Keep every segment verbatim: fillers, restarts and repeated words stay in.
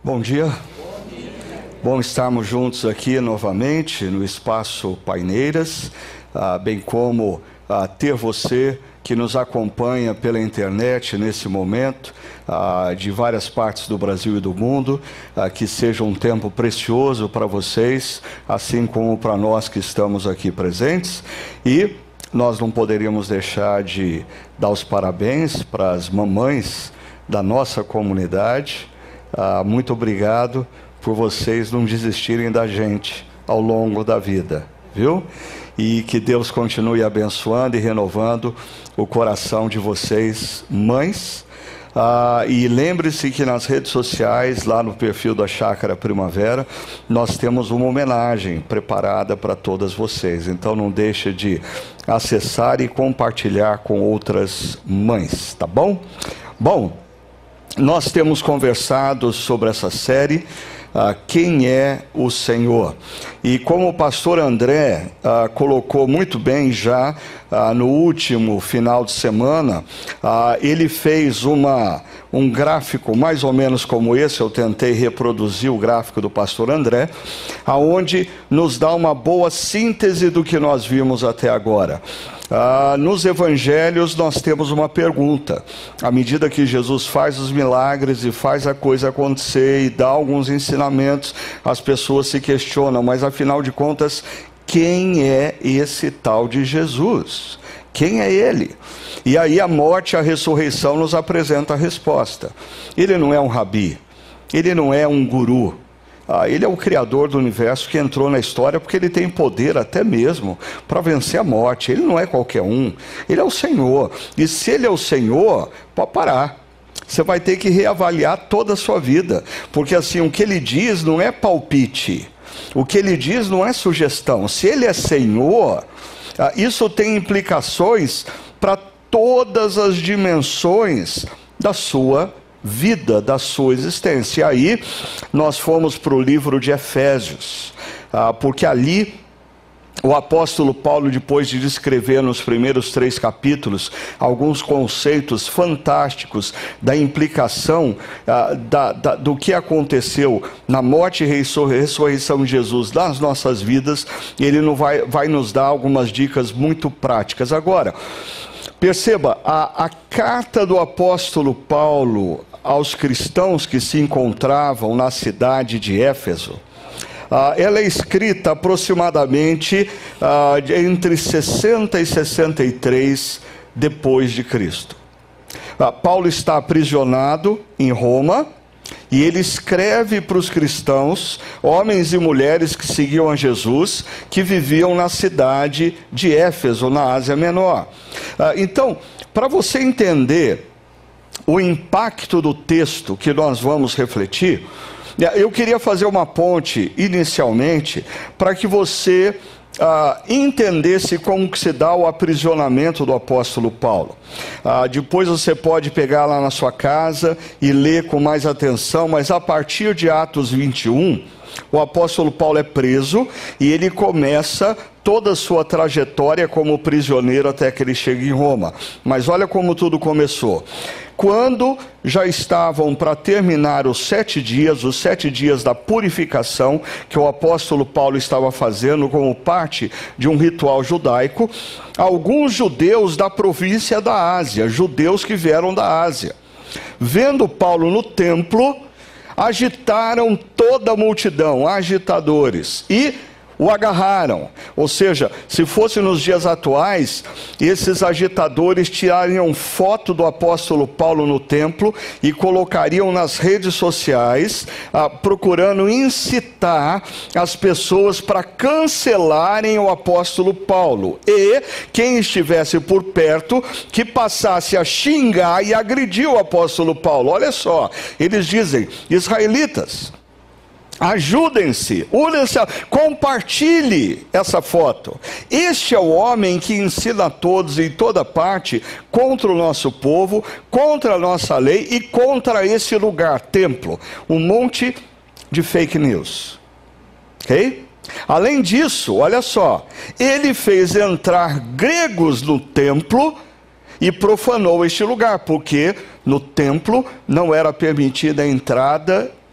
Bom dia. Bom estarmos juntos aqui novamente no Espaço Paineiras, ah, bem como ah, ter você que nos acompanha pela internet nesse momento, ah, de várias partes do Brasil e do mundo, ah, que seja um tempo precioso para vocês, assim como para nós que estamos aqui presentes. E nós não poderíamos deixar de dar os parabéns para as mamães da nossa comunidade. Ah, muito obrigado por vocês não desistirem da gente ao longo da vida, viu? E que Deus continue abençoando e renovando o coração de vocês, mães. Ah, e lembre-se que nas redes sociais, lá no perfil da Chácara Primavera, nós temos uma homenagem preparada para todas vocês. Então não deixe de acessar e compartilhar com outras mães, tá bom? Bom, nós temos conversado sobre essa série, Uh, quem é o Senhor? E como o pastor André uh, colocou muito bem já uh, no último final de semana, uh, ele fez uma, um gráfico mais ou menos como esse. Eu tentei reproduzir o gráfico do pastor André, aonde nos dá uma boa síntese do que nós vimos até agora. Ah, nos evangelhos nós temos uma pergunta. À medida que Jesus faz os milagres e faz a coisa acontecer e dá alguns ensinamentos, as pessoas se questionam, mas afinal de contas, quem é esse tal de Jesus? Quem é ele? E aí a morte e a ressurreição nos apresenta a resposta. Ele não é um rabi, ele não é um guru. Ah, ele é o Criador do universo que entrou na história porque ele tem poder até mesmo para vencer a morte. Ele não é qualquer um, ele é o Senhor. E se ele é o Senhor, pode parar. Você vai ter que reavaliar toda a sua vida. Porque assim, o que ele diz não é palpite. O que ele diz não é sugestão. Se ele é Senhor, ah, isso tem implicações para todas as dimensões da sua vida. vida da sua existência. E aí nós fomos para o livro de Efésios, ah, porque ali o apóstolo Paulo, depois de descrever nos primeiros três capítulos alguns conceitos fantásticos da implicação ah, da, da, do que aconteceu na morte e ressurreição de Jesus nas nossas vidas, ele não vai, vai nos dar algumas dicas muito práticas. Agora, perceba, a, a carta do apóstolo Paulo aos cristãos que se encontravam na cidade de Éfeso, ah, ela é escrita aproximadamente ah, entre sessenta e sessenta e três depois de Cristo. Ah, Paulo está aprisionado em Roma e ele escreve para os cristãos, homens e mulheres que seguiam a Jesus, que viviam na cidade de Éfeso, na Ásia Menor. Ah, então, para você entender o impacto do texto que nós vamos refletir, eu queria fazer uma ponte inicialmente para que você ah, entendesse como que se dá o aprisionamento do apóstolo Paulo. Ah, depois você pode pegar lá na sua casa e ler com mais atenção, mas a partir de Atos vinte e um, o apóstolo Paulo é preso e ele começa toda a sua trajetória como prisioneiro até que ele chega em Roma. Mas olha como tudo começou. Quando já estavam para terminar os sete dias, os sete dias da purificação que o apóstolo Paulo estava fazendo como parte de um ritual judaico, alguns judeus da província da Ásia, judeus que vieram da Ásia, vendo Paulo no templo, agitaram toda a multidão, agitadores, e o agarraram. Ou seja, se fosse nos dias atuais, esses agitadores tirariam foto do apóstolo Paulo no templo e colocariam nas redes sociais, ah, procurando incitar as pessoas para cancelarem o apóstolo Paulo. E quem estivesse por perto, que passasse a xingar e agredir o apóstolo Paulo. Olha só, eles dizem: israelitas, ajudem-se, unem-se, compartilhe essa foto. Este é o homem que ensina a todos em toda parte contra o nosso povo, contra a nossa lei e contra esse lugar, templo. Um monte de fake news. Ok? Além disso, olha só, ele fez entrar gregos no templo e profanou este lugar, porque no templo não era permitida a entrada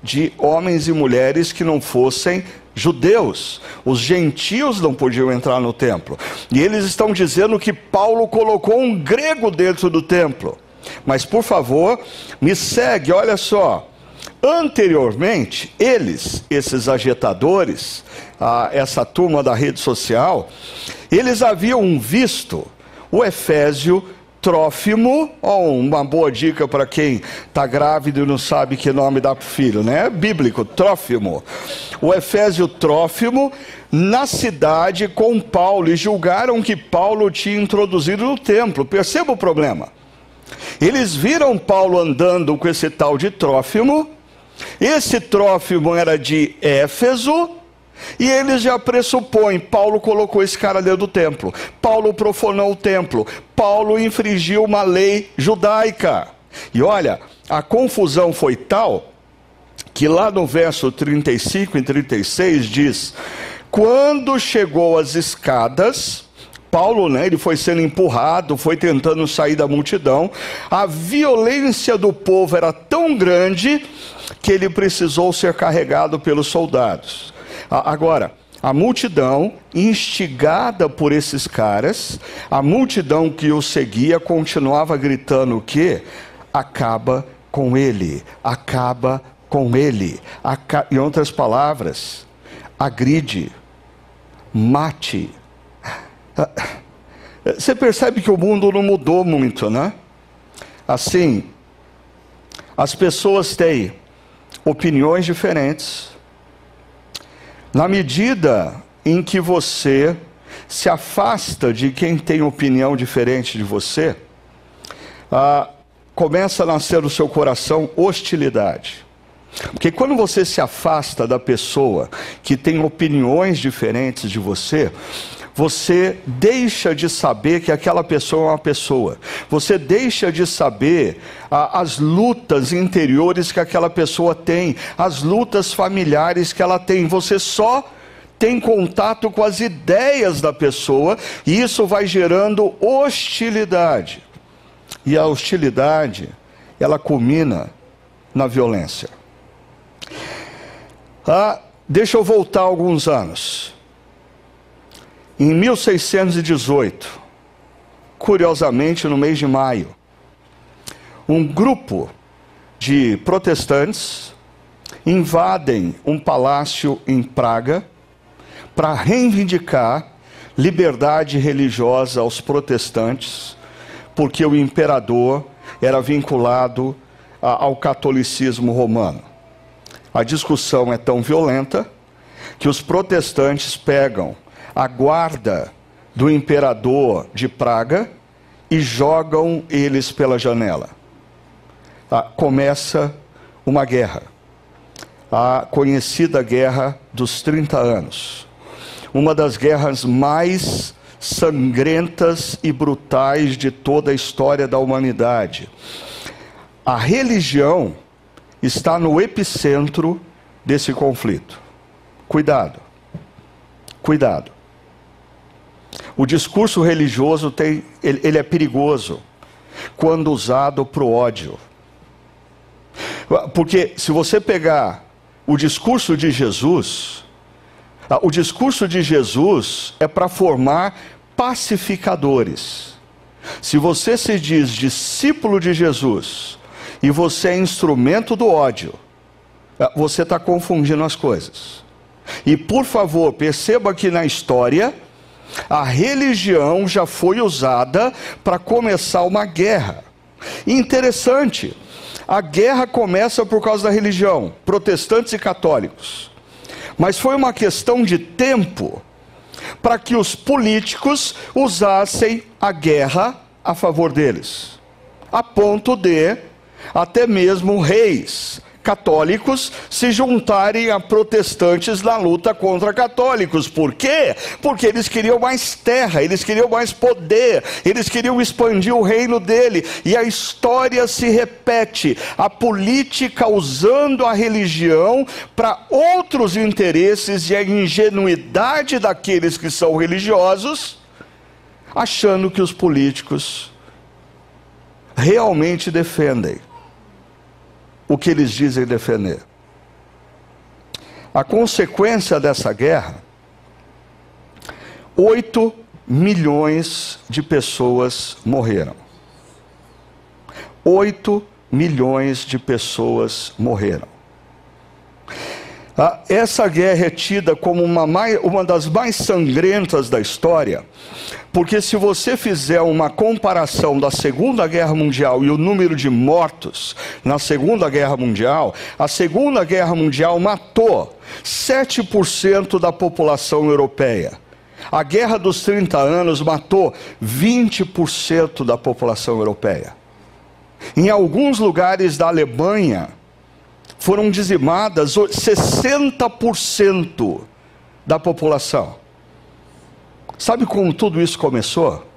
de homens e mulheres que não fossem judeus. Os gentios não podiam entrar no templo. E eles estão dizendo que Paulo colocou um grego dentro do templo. Mas, por favor, me segue, olha só. Anteriormente, eles, esses agitadores, ah, essa turma da rede social, eles haviam visto o Efésio Trófimo, oh, uma boa dica para quem está grávido e não sabe que nome dá para o filho, né? É bíblico, Trófimo. O Efésio Trófimo na cidade com Paulo e julgaram que Paulo tinha introduzido no templo. Perceba o problema. Eles viram Paulo andando com esse tal de Trófimo. Esse Trófimo era de Éfeso. E eles já pressupõem, Paulo colocou esse cara dentro do templo. Paulo profanou o templo. Paulo infringiu uma lei judaica. E olha, a confusão foi tal, que lá no verso trinta e cinco e trinta e seis diz: quando chegou às escadas, Paulo, né, ele foi sendo empurrado, foi tentando sair da multidão. A violência do povo era tão grande que ele precisou ser carregado pelos soldados. Agora, a multidão, instigada por esses caras, a multidão que o seguia continuava gritando o quê? Acaba com ele, acaba com ele. Aca... Em outras palavras, agride, mate. Você percebe que o mundo não mudou muito, né? Assim, as pessoas têm opiniões diferentes. Na medida em que você se afasta de quem tem opinião diferente de você, ah, começa a nascer no seu coração hostilidade. Porque quando você se afasta da pessoa que tem opiniões diferentes de você, você deixa de saber que aquela pessoa é uma pessoa. Você deixa de saber ah, as lutas interiores que aquela pessoa tem, as lutas familiares que ela tem. Você só tem contato com as ideias da pessoa e isso vai gerando hostilidade. E a hostilidade, ela culmina na violência. Ah, deixa eu voltar alguns anos. Em mil seiscentos e dezoito, curiosamente no mês de maio, um grupo de protestantes invadem um palácio em Praga para reivindicar liberdade religiosa aos protestantes, porque o imperador era vinculado a, ao catolicismo romano. A discussão é tão violenta que os protestantes pegam a guarda do imperador de Praga e jogam eles pela janela. Ah, começa uma guerra, a conhecida Guerra dos trinta anos, uma das guerras mais sangrentas e brutais de toda a história da humanidade. A religião está no epicentro desse conflito. Cuidado, cuidado. O discurso religioso tem, ele, ele é perigoso quando usado para o ódio. Porque se você pegar o discurso de Jesus, o discurso de Jesus é para formar pacificadores. Se você se diz discípulo de Jesus e você é instrumento do ódio, você está confundindo as coisas. E por favor, perceba que na história, a religião já foi usada para começar uma guerra. E interessante, a guerra começa por causa da religião, protestantes e católicos. Mas foi uma questão de tempo para que os políticos usassem a guerra a favor deles. A ponto de até mesmo reis católicos se juntarem a protestantes na luta contra católicos. Por quê? Porque eles queriam mais terra, eles queriam mais poder, eles queriam expandir o reino dele. E a história se repete, a política usando a religião para outros interesses e a ingenuidade daqueles que são religiosos, achando que os políticos realmente defendem o que eles dizem defender. a consequência dessa guerra, oito milhões de pessoas morreram. oito milhões de pessoas morreram. Ah, essa guerra é tida como uma, mais, uma das mais sangrentas da história, porque se você fizer uma comparação da Segunda Guerra Mundial e o número de mortos na Segunda Guerra Mundial, a Segunda Guerra Mundial matou sete por cento da população europeia. A Guerra dos trinta anos matou vinte por cento da população europeia. Em alguns lugares da Alemanha, foram dizimadas sessenta por cento da população. Sabe como tudo isso começou?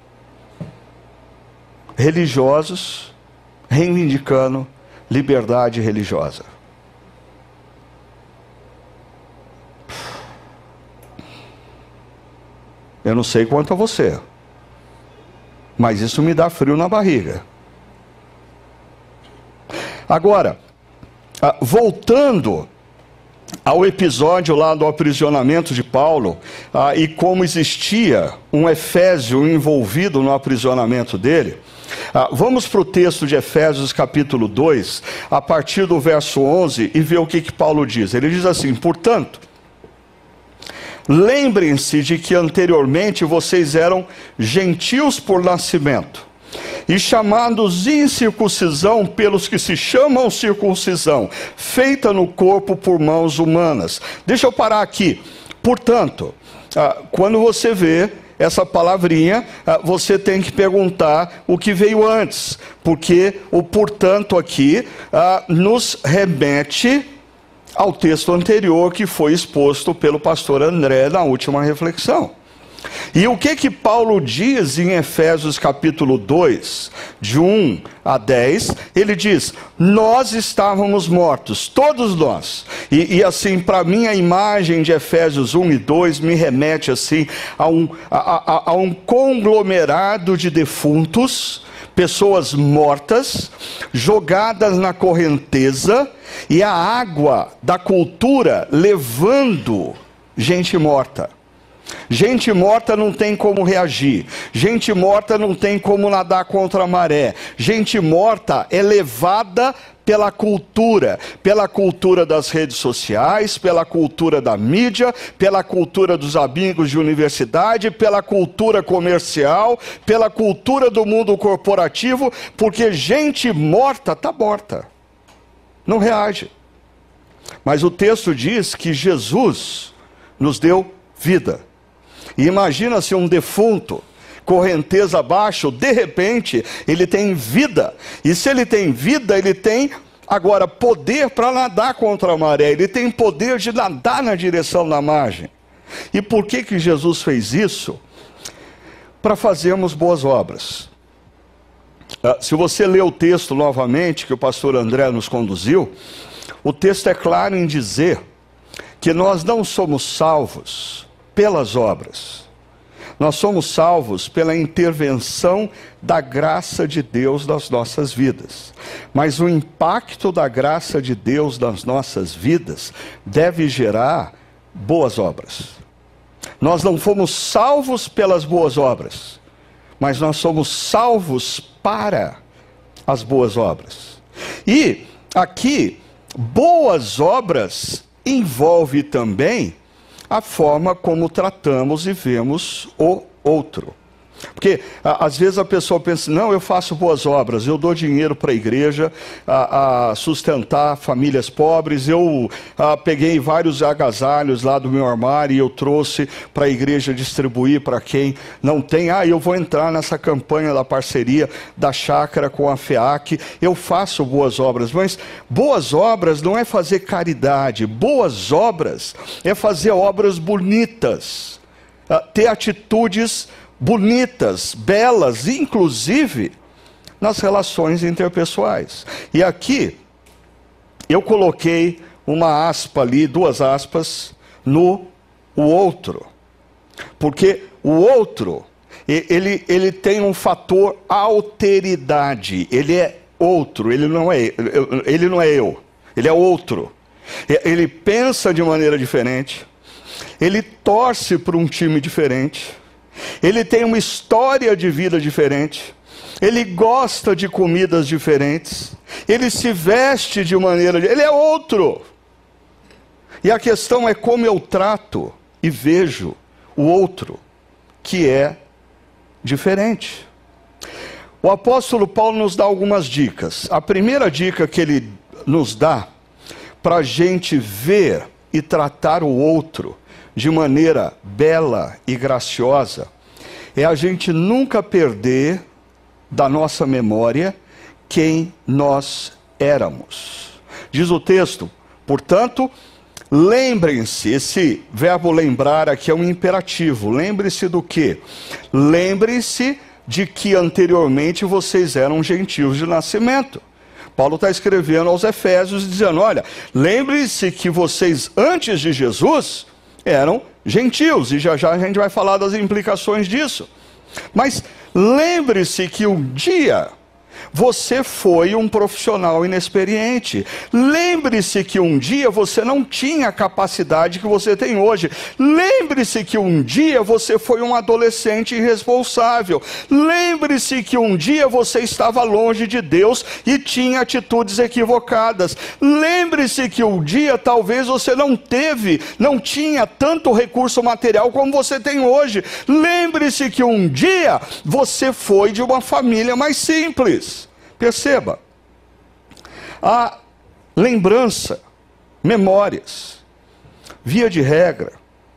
Religiosos reivindicando liberdade religiosa. Eu não sei quanto a você, mas isso me dá frio na barriga. Agora, Ah, voltando ao episódio lá do aprisionamento de Paulo, ah, e como existia um Efésio envolvido no aprisionamento dele, ah, vamos para o texto de Efésios capítulo dois, a partir do verso onze, e ver o que, que Paulo diz. Ele diz assim: portanto, lembrem-se de que anteriormente vocês eram gentios por nascimento, e chamados incircuncisão pelos que se chamam circuncisão, feita no corpo por mãos humanas. Deixa eu parar aqui. Portanto, quando você vê essa palavrinha, você tem que perguntar o que veio antes, porque o portanto aqui nos remete ao texto anterior que foi exposto pelo pastor André na última reflexão. E o que que Paulo diz em Efésios capítulo dois, de um a dez, ele diz: nós estávamos mortos, todos nós. E, e assim, para mim a imagem de Efésios um e dois me remete assim a um, a, a, a um conglomerado de defuntos, pessoas mortas, jogadas na correnteza, e a água da cultura levando gente morta. Gente morta não tem como reagir. Gente morta não tem como nadar contra a maré. Gente morta é levada pela cultura, pela cultura das redes sociais, pela cultura da mídia, pela cultura dos amigos de universidade, pela cultura comercial, pela cultura do mundo corporativo, porque gente morta está morta, não reage. Mas o texto diz que Jesus nos deu vida. E imagina se um defunto, correnteza abaixo, de repente, ele tem vida. E se ele tem vida, ele tem agora poder para nadar contra a maré. Ele tem poder de nadar na direção da margem. E por que que Jesus fez isso? Para fazermos boas obras. Se você ler o texto novamente, que o pastor André nos conduziu, o texto é claro em dizer que nós não somos salvos pelas obras. Nós somos salvos pela intervenção da graça de Deus nas nossas vidas. Mas o impacto da graça de Deus nas nossas vidas deve gerar boas obras. Nós não fomos salvos pelas boas obras, mas nós somos salvos para as boas obras. E aqui, boas obras envolve também a forma como tratamos e vemos o outro. Porque a, às vezes a pessoa pensa: não, eu faço boas obras, eu dou dinheiro para a igreja, a, a sustentar famílias pobres, eu a, peguei vários agasalhos lá do meu armário e eu trouxe para a igreja distribuir para quem não tem. Ah, eu vou entrar nessa campanha da parceria da chácara com a FEAC, eu faço boas obras. Mas boas obras não é fazer caridade, boas obras é fazer obras bonitas, a, ter atitudes bonitas, belas, inclusive nas relações interpessoais. E aqui eu coloquei uma aspa ali, duas aspas, no o outro. Porque o outro, ele, ele tem um fator alteridade. Ele é outro, ele não é, ele não é eu, ele é outro. ele pensa de maneira diferente, ele torce para um time diferente, ele tem uma história de vida diferente, ele gosta de comidas diferentes, ele se veste de maneira... Ele é outro. E a questão é como eu trato e vejo o outro, que é diferente. O apóstolo Paulo nos dá algumas dicas. A primeira dica que ele nos dá para a gente ver e tratar o outro de maneira bela e graciosa é a gente nunca perder da nossa memória quem nós éramos. Diz o texto, portanto, lembrem-se, esse verbo lembrar aqui é um imperativo. Lembre-se do quê? Lembre-se de que anteriormente vocês eram gentios de nascimento. Paulo está escrevendo aos Efésios dizendo, olha, lembre-se que vocês antes de Jesus eram gentios, e já já a gente vai falar das implicações disso. Mas lembre-se que um dia você foi um profissional inexperiente. Lembre-se que um dia você não tinha a capacidade que você tem hoje. Lembre-se que um dia você foi um adolescente irresponsável. Lembre-se que um dia você estava longe de Deus e tinha atitudes equivocadas. Lembre-se que um dia talvez você não teve, não tinha tanto recurso material como você tem hoje. Lembre-se que um dia você foi de uma família mais simples. Perceba, a lembrança, memórias, via de regra,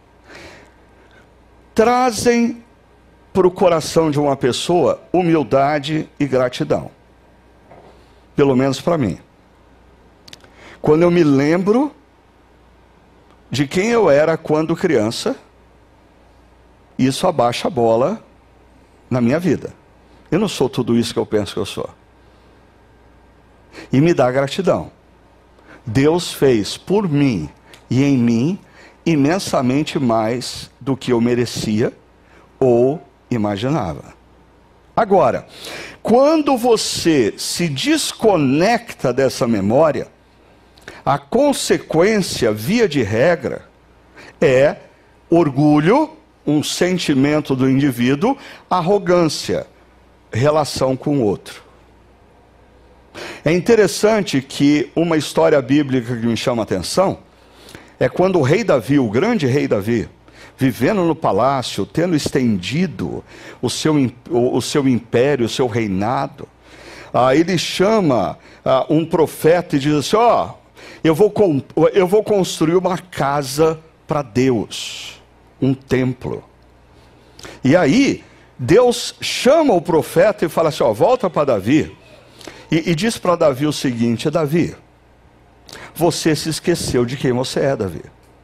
trazem para o coração de uma pessoa humildade e gratidão. Pelo menos para mim. Quando eu me lembro de quem eu era quando criança, isso abaixa a bola na minha vida. Eu não sou tudo isso que eu penso que eu sou. E me dá gratidão. Deus fez por mim e em mim imensamente mais do que eu merecia ou imaginava. Agora, quando você se desconecta dessa memória, a consequência, via de regra, é orgulho, um sentimento do indivíduo, arrogância, relação com o outro. É interessante que uma história bíblica que me chama a atenção é quando o rei Davi, o grande rei Davi, vivendo no palácio, tendo estendido o seu, o, o seu império, o seu reinado, ah, ele chama ah, um profeta e diz assim, ó, oh, eu vou, eu vou construir uma casa para Deus, um templo. E aí, Deus chama o profeta e fala assim, ó, volta para Davi, e, e diz para Davi o seguinte, Davi, você se esqueceu de quem você é, Davi.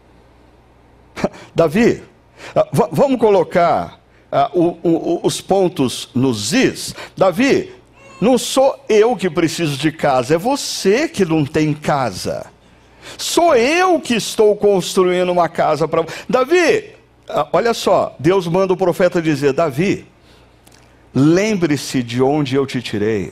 Davi, vamos colocar uh, o, o, os pontos nos is. Davi, não sou eu que preciso de casa, é você que não tem casa. Sou eu que estou construindo uma casa para... Davi, uh, olha só, Deus manda o profeta dizer, Davi, lembre-se de onde eu te tirei.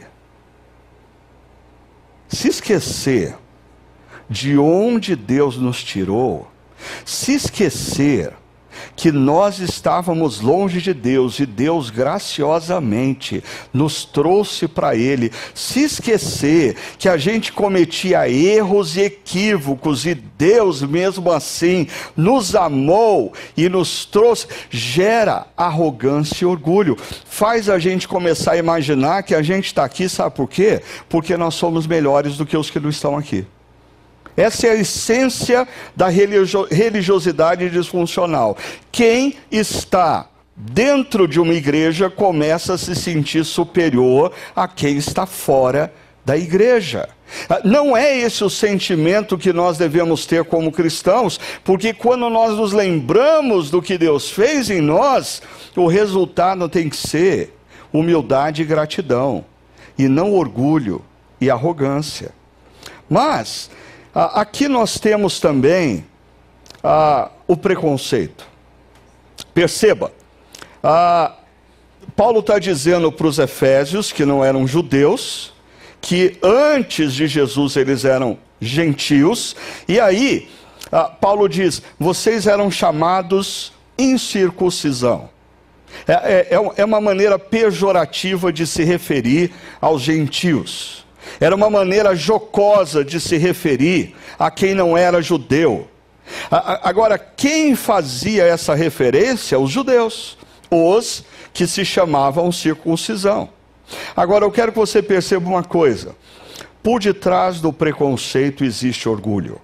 Se esquecer de onde Deus nos tirou, se esquecer que nós estávamos longe de Deus e Deus graciosamente nos trouxe para Ele, se esquecer que a gente cometia erros e equívocos e Deus mesmo assim nos amou e nos trouxe, gera arrogância e orgulho, faz a gente começar a imaginar que a gente está aqui, sabe por quê? Porque nós somos melhores do que os que não estão aqui. Essa é a essência da religiosidade disfuncional. Quem está dentro de uma igreja começa a se sentir superior a quem está fora da igreja. Não é esse o sentimento que nós devemos ter como cristãos, porque quando nós nos lembramos do que Deus fez em nós, o resultado tem que ser humildade e gratidão, e não orgulho e arrogância. Mas aqui nós temos também ah, o preconceito. Perceba, ah, Paulo está dizendo para os efésios, que não eram judeus, que antes de Jesus eles eram gentios. E aí, Paulo diz, vocês eram chamados incircuncisão. É, é, é uma maneira pejorativa de se referir aos gentios. Era uma maneira jocosa de se referir a quem não era judeu. Agora, quem fazia essa referência? Os judeus, os que se chamavam circuncisão. Agora, eu quero que você perceba uma coisa. Por detrás do preconceito existe orgulho.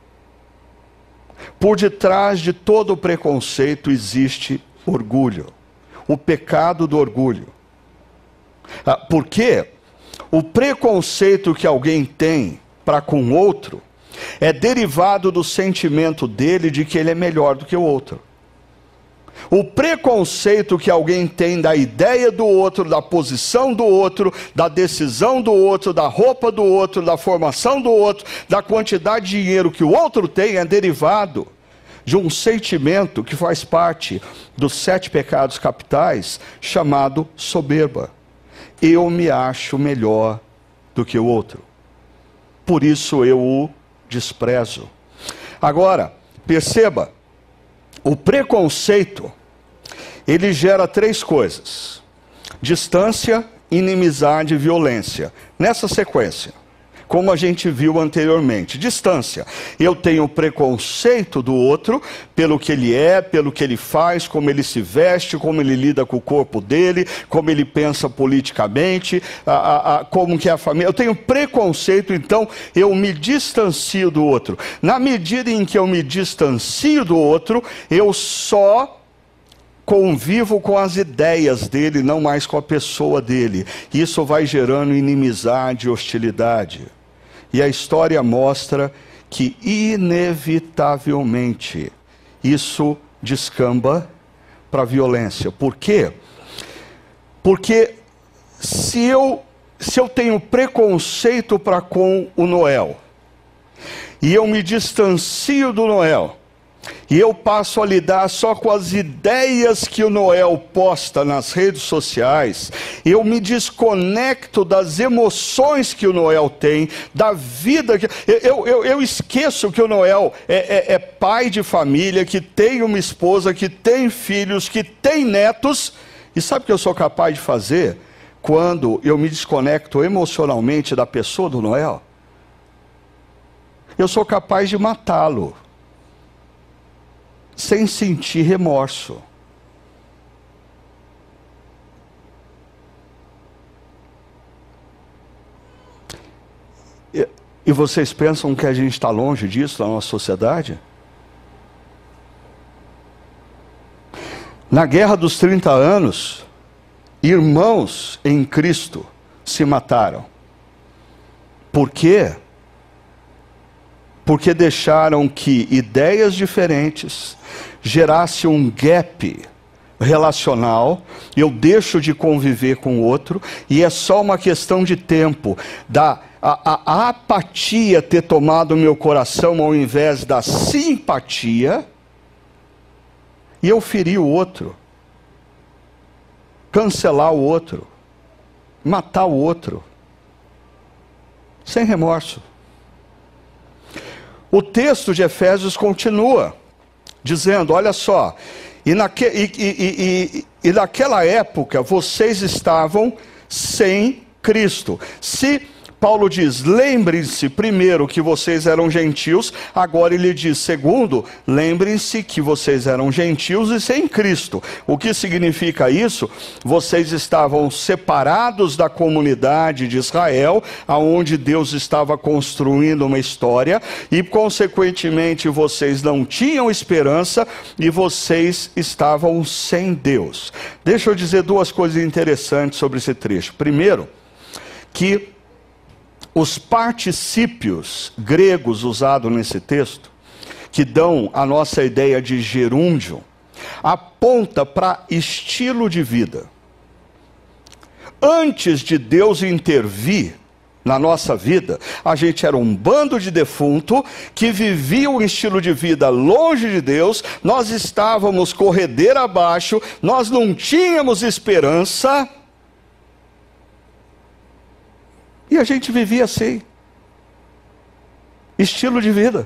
Por detrás de todo preconceito existe orgulho. O pecado do orgulho. Por quê? O preconceito que alguém tem para com outro é derivado do sentimento dele de que ele é melhor do que o outro. O preconceito que alguém tem da ideia do outro, da posição do outro, da decisão do outro, da roupa do outro, da formação do outro, da quantidade de dinheiro que o outro tem, é derivado de um sentimento que faz parte dos sete pecados capitais, chamado soberba. Eu me acho melhor do que o outro. Por isso eu o desprezo. Agora, perceba, o preconceito, ele gera três coisas: distância, inimizade e violência. Nessa sequência, como a gente viu anteriormente. Distância. Eu tenho preconceito do outro pelo que ele é, pelo que ele faz, como ele se veste, como ele lida com o corpo dele, como ele pensa politicamente, a, a, a, como que é a família. Eu tenho preconceito, então eu me distancio do outro. Na medida em que eu me distancio do outro, eu só convivo com as ideias dele, não mais com a pessoa dele. Isso vai gerando inimizade e hostilidade. E a história mostra que, inevitavelmente, isso descamba para a violência. Por quê? Porque se eu, se eu tenho preconceito para com o Noel, e eu me distancio do Noel, e eu passo a lidar só com as ideias que o Noel posta nas redes sociais, eu me desconecto das emoções que o Noel tem, da vida que... Eu, eu, eu esqueço que o Noel é, é, é pai de família, que tem uma esposa, que tem filhos, que tem netos. E sabe o que eu sou capaz de fazer quando eu me desconecto emocionalmente da pessoa do Noel? Eu sou capaz de matá-lo, sem sentir remorso. E, e vocês pensam que a gente está longe disso na nossa sociedade? Na Guerra dos trinta anos, irmãos em Cristo se mataram. Por quê? Porque deixaram que ideias diferentes gerassem um gap relacional. Eu deixo de conviver com o outro, e é só uma questão de tempo da a, a, a apatia ter tomado o meu coração ao invés da simpatia, e eu ferir o outro, cancelar o outro, matar o outro, sem remorso. O texto de Efésios continua dizendo, olha só, e, naque, e, e, e, e naquela época vocês estavam sem Cristo. Se Paulo diz, lembrem-se primeiro que vocês eram gentios, agora ele diz, segundo, lembrem-se que vocês eram gentios e sem Cristo. O que significa isso? Vocês estavam separados da comunidade de Israel, aonde Deus estava construindo uma história, e consequentemente vocês não tinham esperança e vocês estavam sem Deus. Deixa eu dizer duas coisas interessantes sobre esse trecho. Primeiro, que os particípios gregos usados nesse texto, que dão a nossa ideia de gerúndio, aponta para estilo de vida. Antes de Deus intervir na nossa vida, a gente era um bando de defunto que vivia um estilo de vida longe de Deus, nós estávamos corredeira abaixo, nós não tínhamos esperança, e a gente vivia assim. estilo de vida.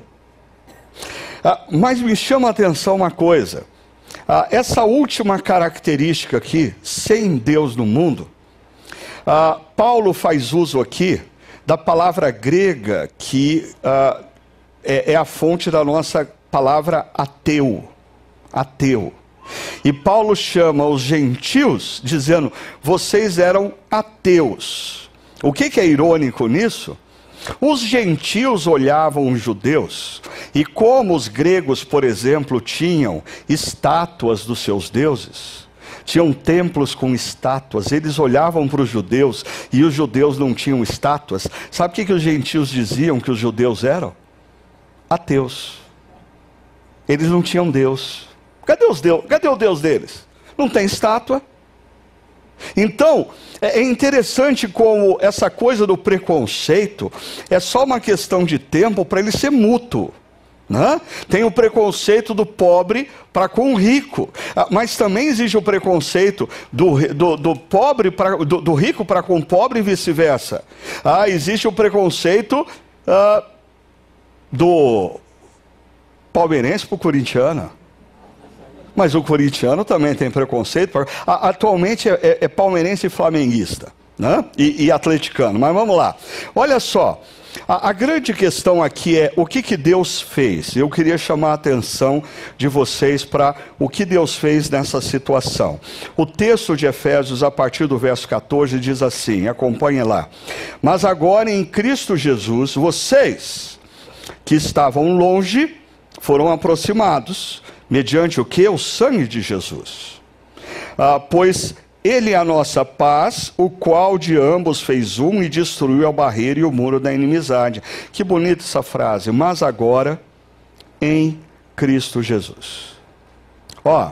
Ah, mas me chama a atenção uma coisa. Ah, essa última característica aqui, sem Deus no mundo, ah, Paulo faz uso aqui da palavra grega que ah, é, é a fonte da nossa palavra ateu. Ateu. E Paulo chama os gentios dizendo, vocês eram ateus. O que, que é irônico nisso? Os gentios olhavam os judeus, e como os gregos, por exemplo, tinham estátuas dos seus deuses, tinham templos com estátuas, eles olhavam para os judeus, e os judeus não tinham estátuas. Sabe o que, que os gentios diziam que os judeus eram? Ateus. Eles não tinham Deus. Cadê os Deus? Cadê o Deus deles? Não tem estátua. Então, é interessante como essa coisa do preconceito é só uma questão de tempo para ele ser mútuo, né? Tem o preconceito do pobre para com o rico, mas também existe o preconceito do, do, do, pobre pra, do, do rico para com o pobre e vice-versa. Ah, existe o preconceito ah, do palmeirense para o corintiano. Mas o corintiano também tem preconceito. Atualmente é, é, é palmeirense e flamenguista, né? E, e atleticano. Mas vamos lá. Olha só. A, a grande questão aqui é o que, que Deus fez. Eu queria chamar a atenção de vocês para o que Deus fez nessa situação. O texto de Efésios, a partir do verso quatorze, diz assim, acompanhe lá. Mas agora em Cristo Jesus, vocês que estavam longe foram aproximados, mediante o que? O sangue de Jesus. Ah, pois ele é a nossa paz, o qual de ambos fez um e destruiu a barreira e o muro da inimizade. Que bonita essa frase. Mas agora, em Cristo Jesus. Ó,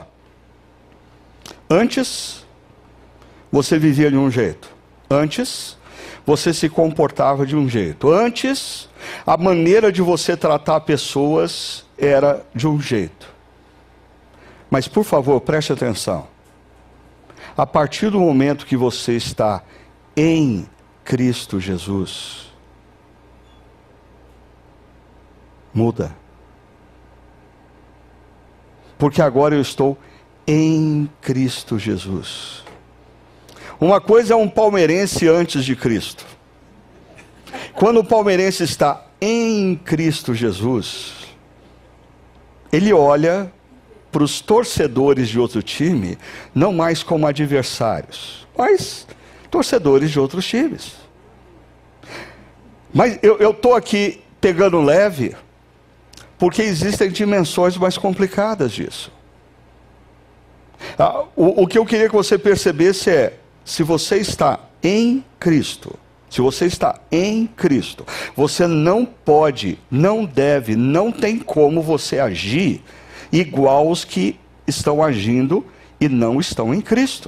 antes, você vivia de um jeito. Antes, você se comportava de um jeito. Antes, a maneira de você tratar pessoas era de um jeito. Mas, por favor, preste atenção. A partir do momento que você está em Cristo Jesus, muda. Porque agora eu estou em Cristo Jesus. Uma coisa é um palmeirense antes de Cristo. Quando o palmeirense está em Cristo Jesus, ele olha para os torcedores de outro time, não mais como adversários, mas torcedores de outros times. Mas eu estou aqui pegando leve, porque existem dimensões mais complicadas disso. Ah, o, o que eu queria que você percebesse é, se você está em Cristo, se você está em Cristo, você não pode, não deve, não tem como você agir igual os que estão agindo e não estão em Cristo.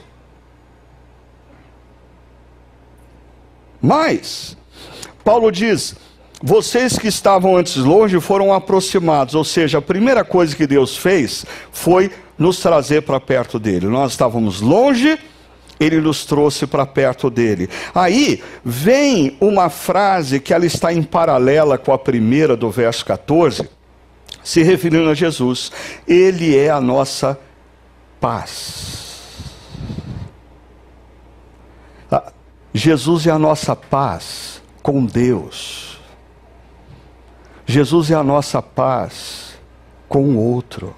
Mas, Paulo diz, vocês que estavam antes longe foram aproximados, ou seja, a primeira coisa que Deus fez foi nos trazer para perto dele. Nós estávamos longe, ele nos trouxe para perto dele. Aí vem uma frase que ela está em paralela com a primeira do verso quatorze, se referindo a Jesus. Ele é a nossa paz. Ah, Jesus é a nossa paz com Deus. Jesus é a nossa paz com o outro.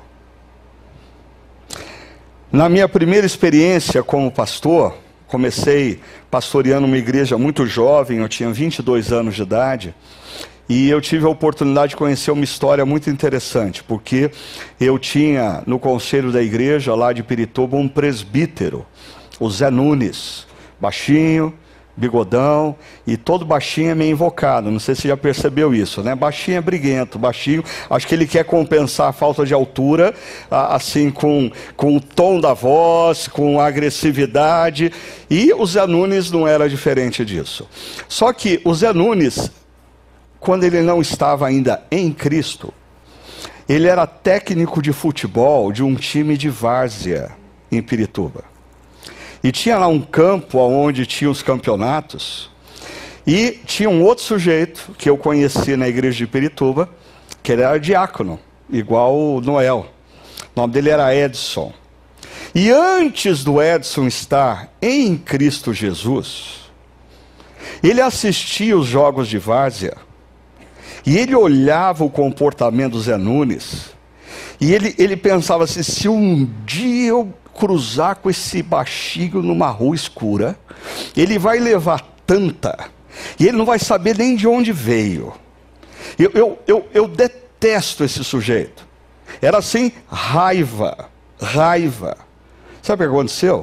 Na minha primeira experiência como pastor, comecei pastoreando uma igreja muito jovem, eu tinha vinte e dois anos de idade, e eu tive a oportunidade de conhecer uma história muito interessante, porque eu tinha no conselho da igreja lá de Pirituba um presbítero, o Zé Nunes, baixinho, bigodão, e todo baixinho é meio invocado, não sei se você já percebeu isso, né? Baixinho é briguento, baixinho, acho que ele quer compensar a falta de altura, assim, com, com o tom da voz, com a agressividade, e o Zé Nunes não era diferente disso. Só que o Zé Nunes, quando ele não estava ainda em Cristo, ele era técnico de futebol de um time de várzea em Pirituba. E tinha lá um campo onde tinha os campeonatos, E tinha um outro sujeito que eu conheci na igreja de Pirituba, que ele era diácono, igual o Noel. O nome dele era Edson. E antes do Edson estar em Cristo Jesus, ele assistia os jogos de várzea, e ele olhava o comportamento do Zé Nunes, e ele, ele pensava assim, se um dia eu cruzar com esse baixinho numa rua escura, ele vai levar tanta, e ele não vai saber nem de onde veio. Eu, eu, eu, eu detesto esse sujeito. Era assim, raiva, raiva. Sabe o que aconteceu?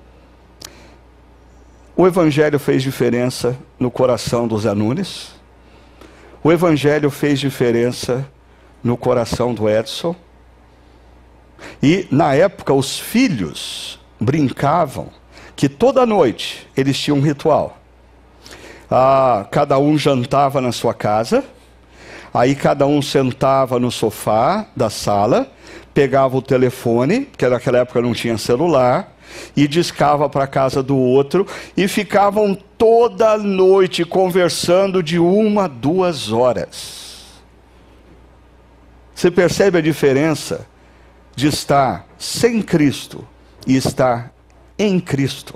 O Evangelho fez diferença no coração do Zé Nunes. O Evangelho fez diferença no coração do Edson. E, na época, os filhos brincavam que toda noite eles tinham um ritual. Ah, cada um jantava na sua casa, aí cada um sentava no sofá da sala, pegava o telefone, porque naquela época não tinha celular, e discava para a casa do outro, e ficavam toda noite conversando de uma, duas horas. Você percebe a diferença de estar sem Cristo e estar em Cristo?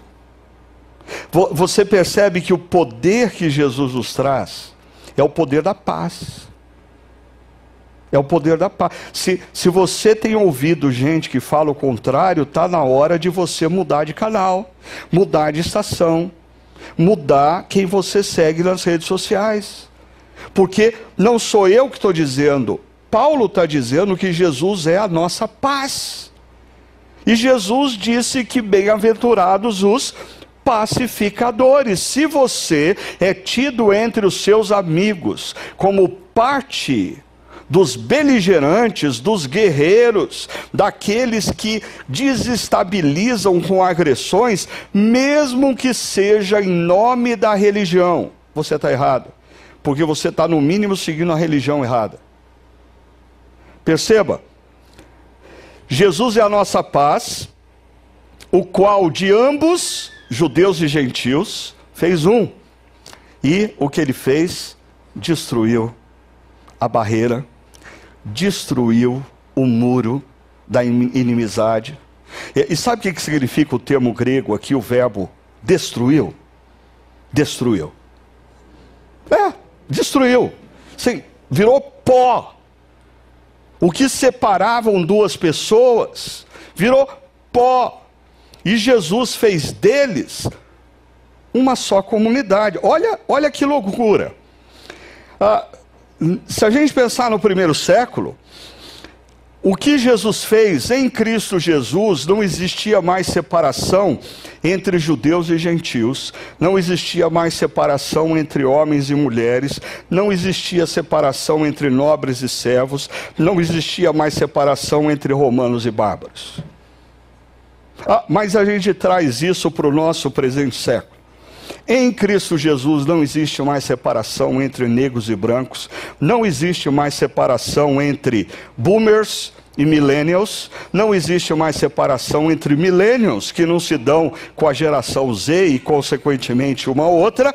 Você percebe que o poder que Jesus nos traz é o poder da paz. É o poder da paz. Se, se você tem ouvido gente que fala o contrário, está na hora de você mudar de canal, mudar de estação, mudar quem você segue nas redes sociais. Porque não sou eu que estou dizendo, Paulo está dizendo que Jesus é a nossa paz. E Jesus disse que bem-aventurados os pacificadores. Se você é tido entre os seus amigos como parte dos beligerantes, dos guerreiros, daqueles que desestabilizam com agressões, mesmo que seja em nome da religião, você está errado, porque você está no mínimo seguindo a religião errada. Perceba, Jesus é a nossa paz, o qual de ambos, judeus e gentios, fez um. E o que ele fez? Destruiu a barreira, destruiu o muro da inimizade. E, e sabe o que significa o termo grego aqui, o verbo destruiu? Destruiu. É, destruiu. Sim, virou pó. O que separavam duas pessoas virou pó. E Jesus fez deles uma só comunidade. Olha, olha que loucura. Ah, se a gente pensar no primeiro século, o que Jesus fez em Cristo Jesus, não existia mais separação entre judeus e gentios, não existia mais separação entre homens e mulheres, não existia separação entre nobres e servos, não existia mais separação entre romanos e bárbaros. Ah, mas a gente traz isso para o nosso presente século. Em Cristo Jesus não existe mais separação entre negros e brancos, não existe mais separação entre boomers e millennials, não existe mais separação entre millennials que não se dão com a geração Z e consequentemente uma outra.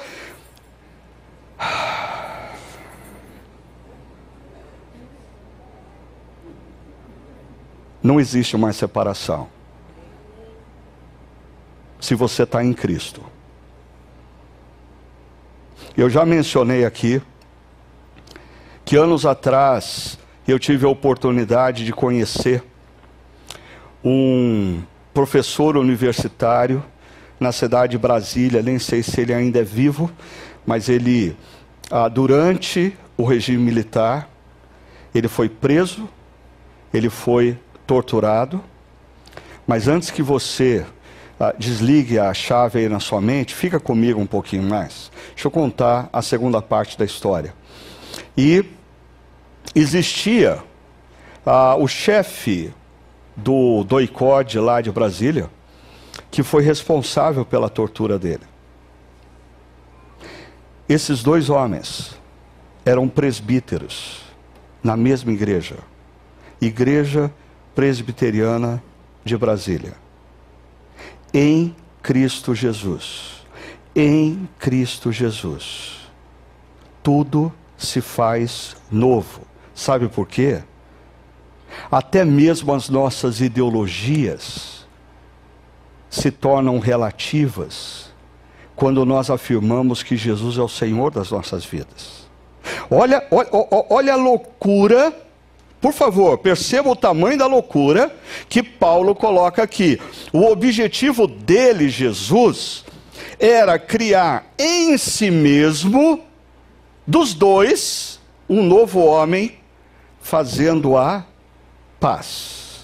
Não existe mais separação. Se você está em Cristo. Eu já mencionei aqui que anos atrás eu tive a oportunidade de conhecer um professor universitário na cidade de Brasília, nem sei se ele ainda é vivo, mas ele, ah, durante o regime militar, ele foi preso, ele foi torturado, mas antes que você ah, desligue a chave aí na sua mente, fica comigo um pouquinho mais. Deixa eu contar a segunda parte da história. E existia ah, o chefe do doicode lá de Brasília, que foi responsável pela tortura dele. Esses dois homens eram presbíteros na mesma igreja, Igreja Presbiteriana de Brasília, em Cristo Jesus. Em Cristo Jesus. tudo se faz novo. Sabe por quê? Até mesmo as nossas ideologias se tornam relativas quando nós afirmamos que Jesus é o Senhor das nossas vidas. Olha, olha, olha a loucura, por favor, perceba o tamanho da loucura que Paulo coloca aqui. O objetivo dele, Jesus, era criar em si mesmo, dos dois, um novo homem, fazendo a paz.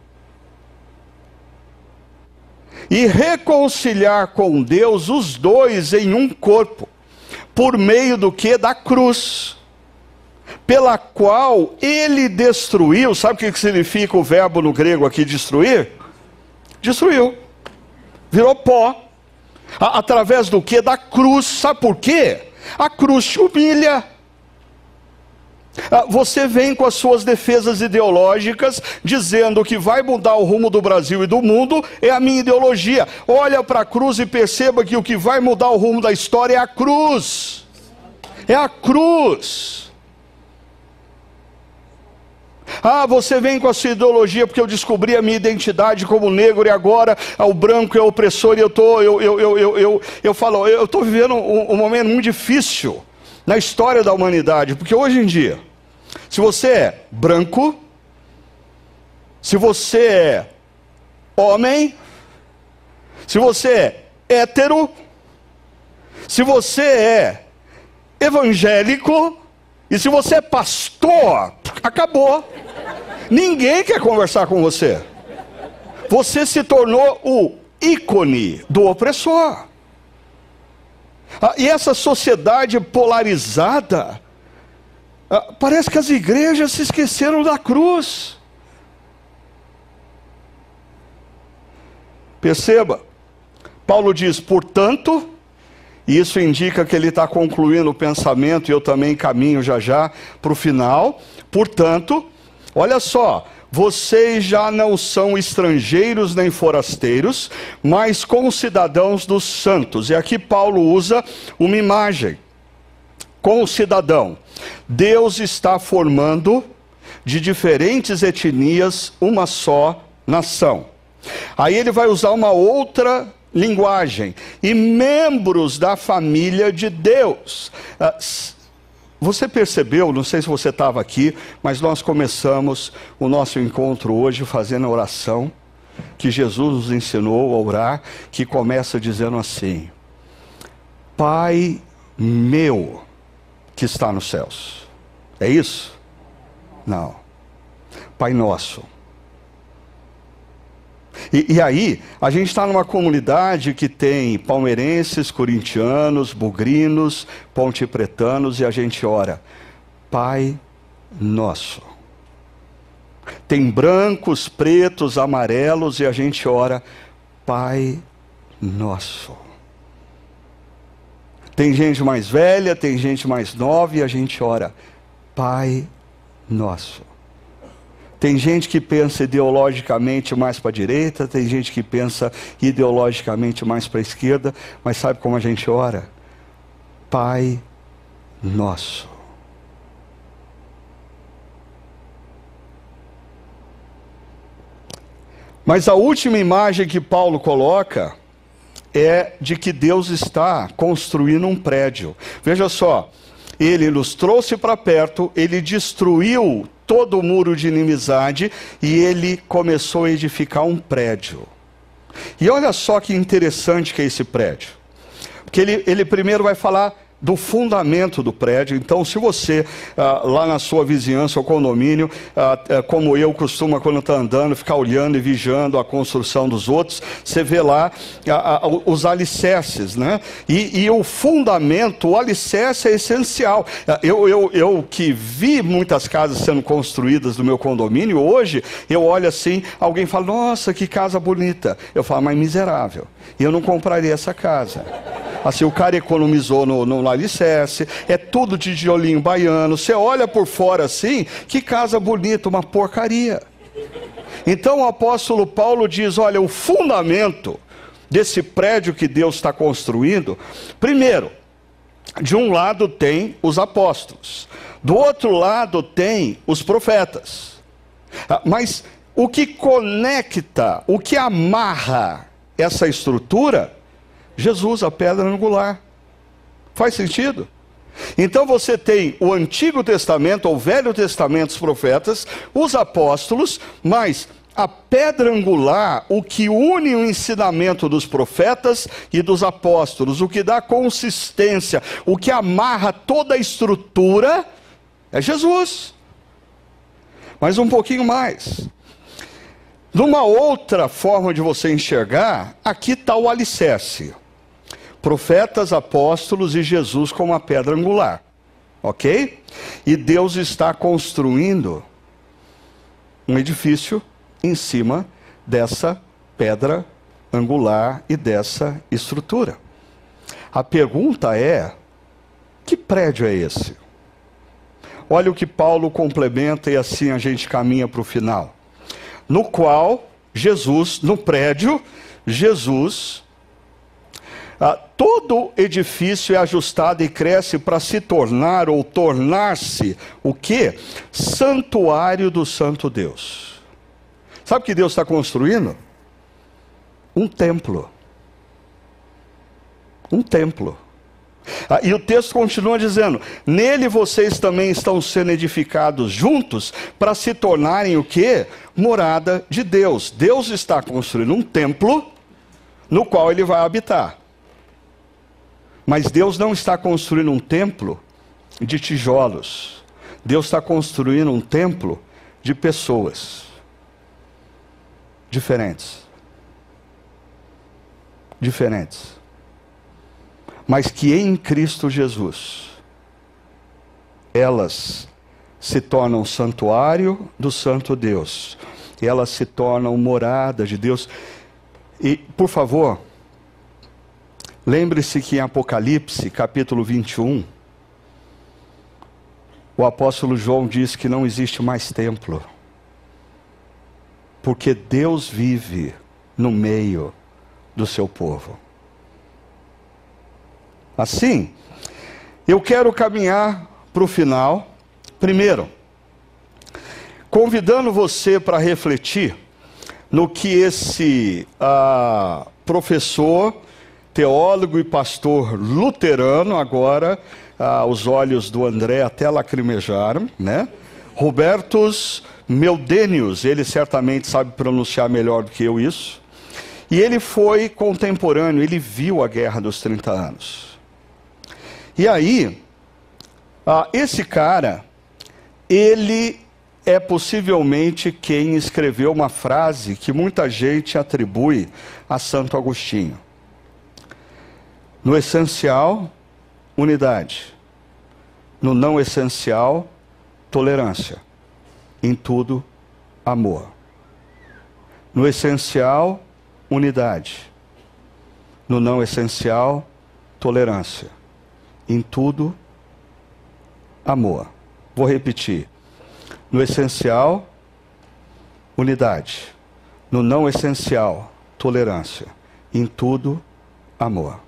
E reconciliar com Deus os dois em um corpo, por meio do que? Da cruz, pela qual ele destruiu. Sabe o que significa o verbo no grego aqui, destruir? Destruiu, virou pó, a, através do que? Da cruz. Sabe por quê? A cruz te humilha. Você vem com as suas defesas ideológicas, dizendo que vai mudar o rumo do Brasil e do mundo, é a minha ideologia. Olha para a cruz e perceba que o que vai mudar o rumo da história é a cruz. É a cruz. Ah, você vem com a sua ideologia porque eu descobri a minha identidade como negro e agora o branco é opressor e eu tô, eu, eu, eu, eu, eu, eu falo, eu estou vivendo um, um momento muito difícil na história da humanidade, porque hoje em dia, se você é branco, se você é homem, se você é hétero, se você é evangélico, e se você é pastor, acabou. Ninguém quer conversar com você. Você se tornou o ícone do opressor. Ah, e essa sociedade polarizada, ah, parece que as igrejas se esqueceram da cruz. Perceba, Paulo diz, portanto, e isso indica que ele está concluindo o pensamento, e eu também caminho já já para o final. Portanto, olha só, vocês já não são estrangeiros nem forasteiros, mas concidadãos dos santos. E aqui Paulo usa uma imagem. Concidadão. Deus está formando de diferentes etnias uma só nação. Aí ele vai usar uma outra linguagem. E membros da família de Deus. Você percebeu, não sei se você estava aqui, mas nós começamos o nosso encontro hoje fazendo a oração que Jesus nos ensinou a orar, que começa dizendo assim: Pai meu que está nos céus. É isso? Não. Pai nosso. E, e aí, a gente está numa comunidade que tem palmeirenses, corintianos, bugrinos, pontepretanos, e a gente ora, Pai nosso. Tem brancos, pretos, amarelos, e a gente ora, Pai nosso. Tem gente mais velha, tem gente mais nova, e a gente ora, Pai nosso. Tem gente que pensa ideologicamente mais para a direita, tem gente que pensa ideologicamente mais para a esquerda, mas sabe como a gente ora? Pai nosso. Mas a última imagem que Paulo coloca é de que Deus está construindo um prédio. Veja só, ele nos trouxe para perto, ele destruiu todo o muro de inimizade e ele começou a edificar um prédio. E olha só que interessante que é esse prédio. Porque ele, ele primeiro vai falar do fundamento do prédio. Então, se você, ah, lá na sua vizinhança ou condomínio, ah, como eu costumo quando está andando, ficar olhando e vigiando a construção dos outros, você vê lá ah, ah, os alicerces, né? E, e o fundamento, o alicerce é essencial. Eu, eu, eu que vi muitas casas sendo construídas no meu condomínio, hoje eu olho assim, alguém fala, nossa, que casa bonita. Eu falo, mas miserável. E eu não compraria essa casa. Assim, o cara economizou no, no alicerce, é tudo de tijolinho baiano. Você olha por fora assim, que casa bonita, uma porcaria. Então o apóstolo Paulo diz, olha, o fundamento desse prédio que Deus está construindo, primeiro, De um lado tem os apóstolos, do outro lado tem os profetas. Mas o que conecta, o que amarra essa estrutura? Jesus, a pedra angular. Faz sentido? Então você tem o Antigo Testamento, o Velho Testamento, os profetas, os apóstolos, mas a pedra angular, o que une o ensinamento dos profetas e dos apóstolos, o que dá consistência, o que amarra toda a estrutura, é Jesus. Mas um pouquinho mais. Numa outra forma de você enxergar, aqui está o alicerce. Profetas, apóstolos e Jesus como a pedra angular. Ok? E Deus está construindo um edifício em cima dessa pedra angular e dessa estrutura. A pergunta é: que prédio é esse? Olha o que Paulo complementa e assim a gente caminha para o final. No qual Jesus, no prédio, Jesus, ah, todo edifício é ajustado e cresce para se tornar ou tornar-se o quê? Santuário do Santo Deus. Sabe o que Deus está construindo? Um templo. Um templo. Ah, e o texto continua dizendo: nele vocês também estão sendo edificados juntos para se tornarem o quê? Morada de Deus. Deus está construindo um templo no qual ele vai habitar. Mas Deus não está construindo um templo de tijolos. Deus está construindo um templo de pessoas diferentes. Diferentes. Mas que em Cristo Jesus, elas se tornam santuário do Santo Deus. E elas se tornam morada de Deus. E, por favor, lembre-se que em Apocalipse, capítulo vinte e um, o apóstolo João diz que não existe mais templo. Porque Deus vive no meio do seu povo. Assim, eu quero caminhar para o final. Primeiro, convidando você para refletir no que esse ah, professor, teólogo e pastor luterano, agora ah, os olhos do André até lacrimejaram, né? Hubertus Meldenius, ele certamente sabe pronunciar melhor do que eu isso. E ele foi contemporâneo, ele viu a Guerra dos trinta anos. E aí, ah, esse cara, ele é possivelmente quem escreveu uma frase que muita gente atribui a Santo Agostinho. No essencial, unidade. No não essencial, tolerância. Em tudo, amor. No essencial, unidade. No não essencial, tolerância. Em tudo, amor. Vou repetir. No essencial, unidade. No não essencial, tolerância. Em tudo, amor.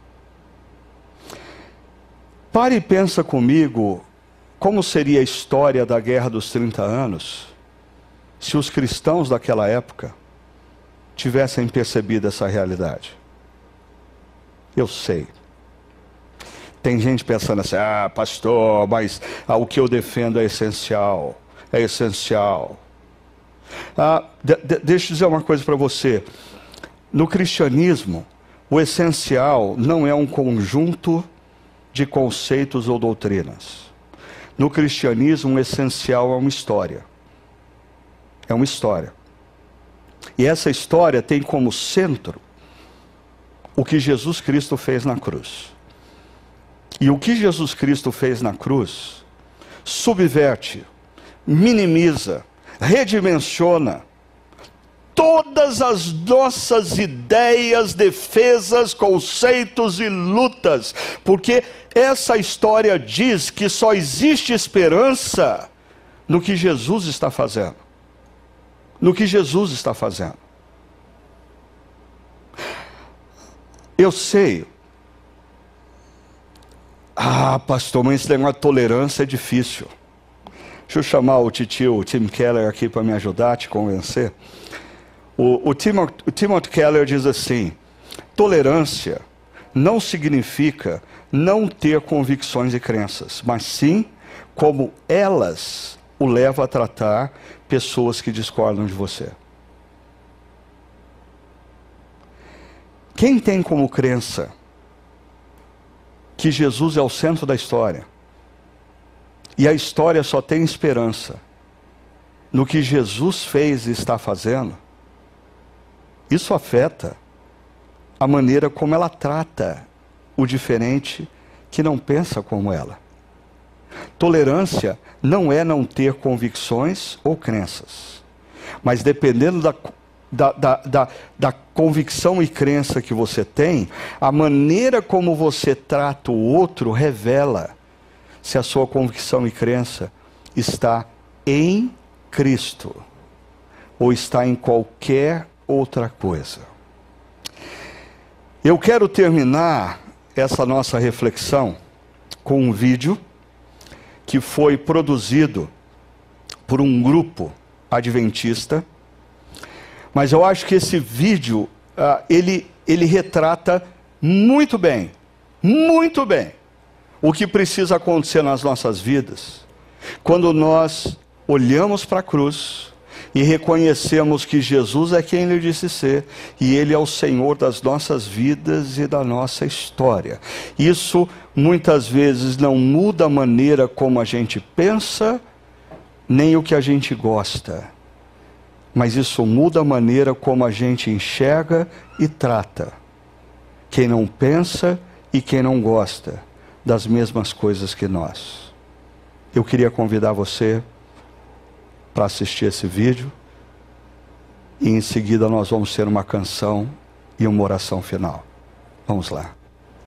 Pare e pensa comigo como seria a história da Guerra dos trinta anos se os cristãos daquela época tivessem percebido essa realidade. Eu sei. Tem gente pensando assim: ah, pastor, mas ah, o que eu defendo é essencial. É essencial. Ah, de, de, deixa eu dizer uma coisa para você. No cristianismo, o essencial não é um conjunto de conceitos ou doutrinas. No cristianismo, o essencial é uma história. É uma história. E essa história tem como centro o que Jesus Cristo fez na cruz. E o que Jesus Cristo fez na cruz subverte, minimiza, redimensiona todas as nossas ideias, defesas, conceitos e lutas, porque essa história diz que só existe esperança no que Jesus está fazendo. No que Jesus está fazendo. Eu sei Ah, pastor, mas esse negócio de tolerância é difícil. Deixa eu chamar o titio, o Tim Keller, aqui para me ajudar a te convencer. O, o, Timothy, o Timothy Keller diz assim: tolerância não significa não ter convicções e crenças, mas sim como elas o levam a tratar pessoas que discordam de você. Quem tem como crença que Jesus é o centro da história, e a história só tem esperança no que Jesus fez e está fazendo, isso afeta a maneira como ela trata o diferente que não pensa como ela. Tolerância não é não ter convicções ou crenças, mas dependendo da, da, da, da, da convicção e crença que você tem, a maneira como você trata o outro revela se a sua convicção e crença está em Cristo ou está em qualquer outra coisa. Eu quero terminar essa nossa reflexão com um vídeo que foi produzido por um grupo adventista, mas eu acho que esse vídeo, uh, ele, ele retrata muito bem, muito bem, o que precisa acontecer nas nossas vidas, quando nós olhamos para a cruz e reconhecemos que Jesus é quem Ele disse ser, e Ele é o Senhor das nossas vidas e da nossa história. Isso muitas vezes não muda a maneira como a gente pensa, nem o que a gente gosta, mas isso muda a maneira como a gente enxerga e trata quem não pensa e quem não gosta das mesmas coisas que nós. Eu queria convidar você para assistir esse vídeo, e em seguida nós vamos ter uma canção e uma oração final. Vamos lá.